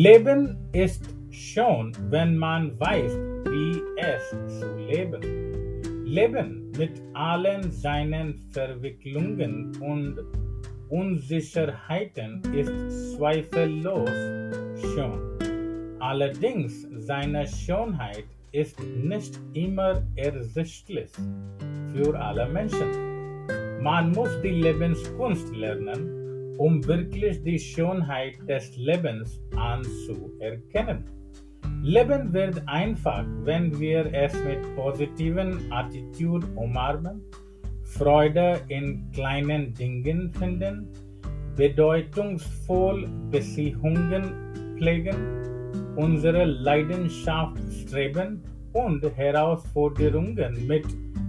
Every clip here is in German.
Leben ist schön, wenn man weiß, wie es zu leben. Leben mit allen seinen Verwicklungen und Unsicherheiten ist zweifellos schön. Allerdings seine Schönheit ist nicht immer ersichtlich für alle Menschen. Man muss die Lebenskunst lernen, um wirklich die Schönheit des Lebens anzuerkennen. Leben wird einfach, wenn wir es mit positiven Attitude umarmen, Freude in kleinen Dingen finden, bedeutungsvoll Beziehungen pflegen, unsere Leidenschaft streben und Herausforderungen mit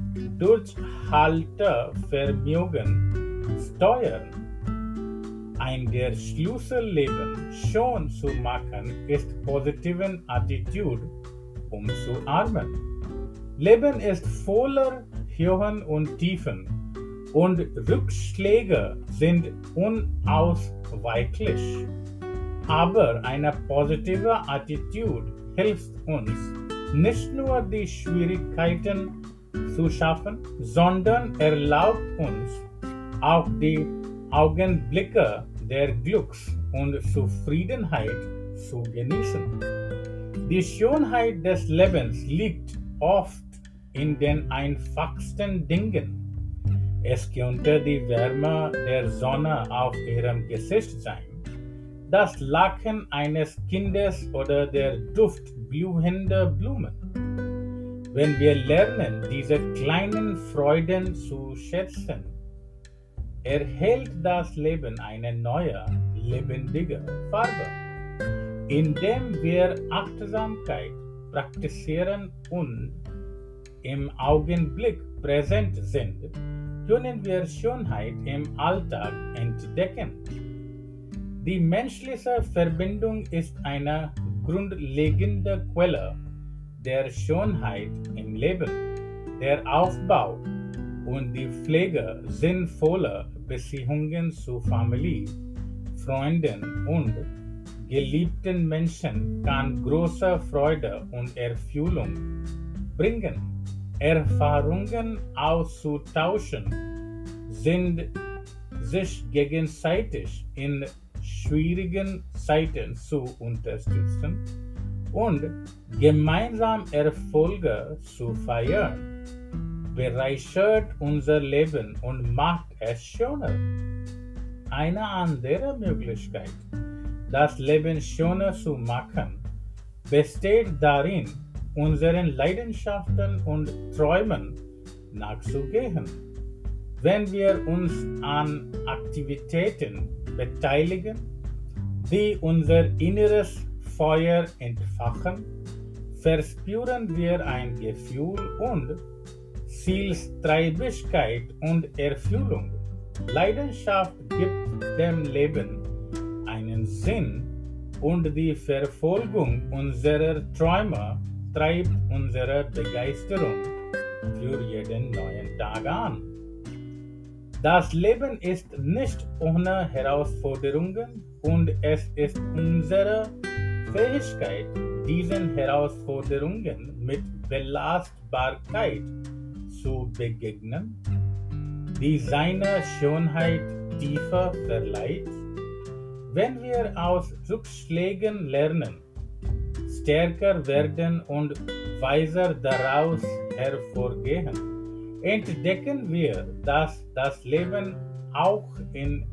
Durchhaltevermögen steuern. Ein der Schlüssel Leben schön zu machen ist positiven Attitude umzuarmen. Leben ist voller Höhen und Tiefen und Rückschläge sind unausweichlich. Aber eine positive Attitude hilft uns, nicht nur die Schwierigkeiten zu schaffen, sondern erlaubt uns auch die Augenblicke der Glücks und Zufriedenheit zu genießen. Die Schönheit des Lebens liegt oft in den einfachsten Dingen. Es könnte die Wärme der Sonne auf ihrem Gesicht sein, das Lachen eines Kindes oder der Duft blühender Blumen. Wenn wir lernen, diese kleinen Freuden zu schätzen, erhält das Leben eine neue, lebendige Farbe. Indem wir Achtsamkeit praktizieren und im Augenblick präsent sind, können wir Schönheit im Alltag entdecken. Die menschliche Verbindung ist eine grundlegende Quelle der Schönheit im Leben. Der Aufbau und die Pflege sinnvoller Beziehungen zu Familie, Freunden und geliebten Menschen kann große Freude und Erfüllung bringen. Erfahrungen auszutauschen, sich gegenseitig in schwierigen Zeiten zu unterstützen und gemeinsam Erfolge zu feiern, bereichert unser Leben und macht es schöner. Eine andere Möglichkeit, das Leben schöner zu machen, besteht darin, unseren Leidenschaften und Träumen nachzugehen. Wenn wir uns an Aktivitäten beteiligen, die unser inneres Feuer entfachen, verspüren wir ein Gefühl und Zielstrebigkeit und Erfüllung. Leidenschaft gibt dem Leben einen Sinn und die Verfolgung unserer Träume treibt unsere Begeisterung für jeden neuen Tag an. Das Leben ist nicht ohne Herausforderungen und es ist unsere Fähigkeit, diesen Herausforderungen mit Belastbarkeit zu begegnen, die seine Schönheit tiefer verleiht. Wenn wir aus Rückschlägen lernen, stärker werden und weiser daraus hervorgehen, entdecken wir, dass das Leben auch in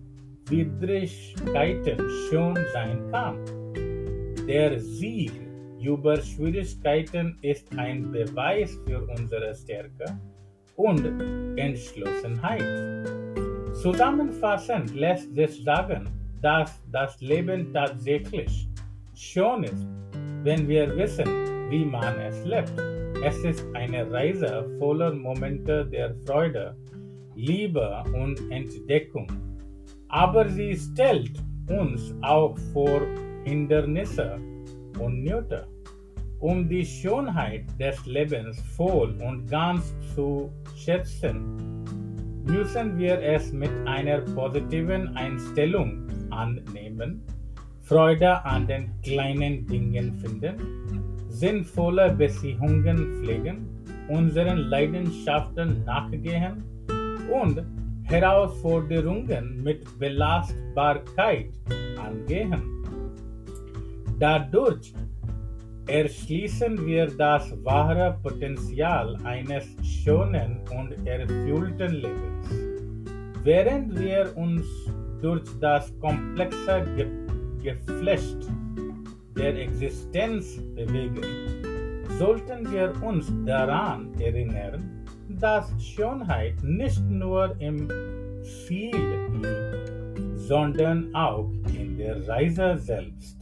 Widrigkeiten schön sein kann. Der Sieg über Schwierigkeiten ist ein Beweis für unsere Stärke und Entschlossenheit. Zusammenfassend lässt sich sagen, dass das Leben tatsächlich schön ist, wenn wir wissen, wie man es lebt. Es ist eine Reise voller Momente der Freude, Liebe und Entdeckung. Aber sie stellt uns auch vor Hindernisse und Nöte. Um die Schönheit des Lebens voll und ganz zu schätzen, müssen wir es mit einer positiven Einstellung annehmen, Freude an den kleinen Dingen finden, sinnvolle Beziehungen pflegen, unseren Leidenschaften nachgehen und Herausforderungen mit Belastbarkeit angehen. Dadurch erschließen wir das wahre Potenzial eines schönen und erfüllten Lebens. Während wir uns durch das komplexe Geflecht der Existenz bewegen, sollten wir uns daran erinnern, dass Schönheit nicht nur im Ziel liegt, sondern auch in der Reise selbst.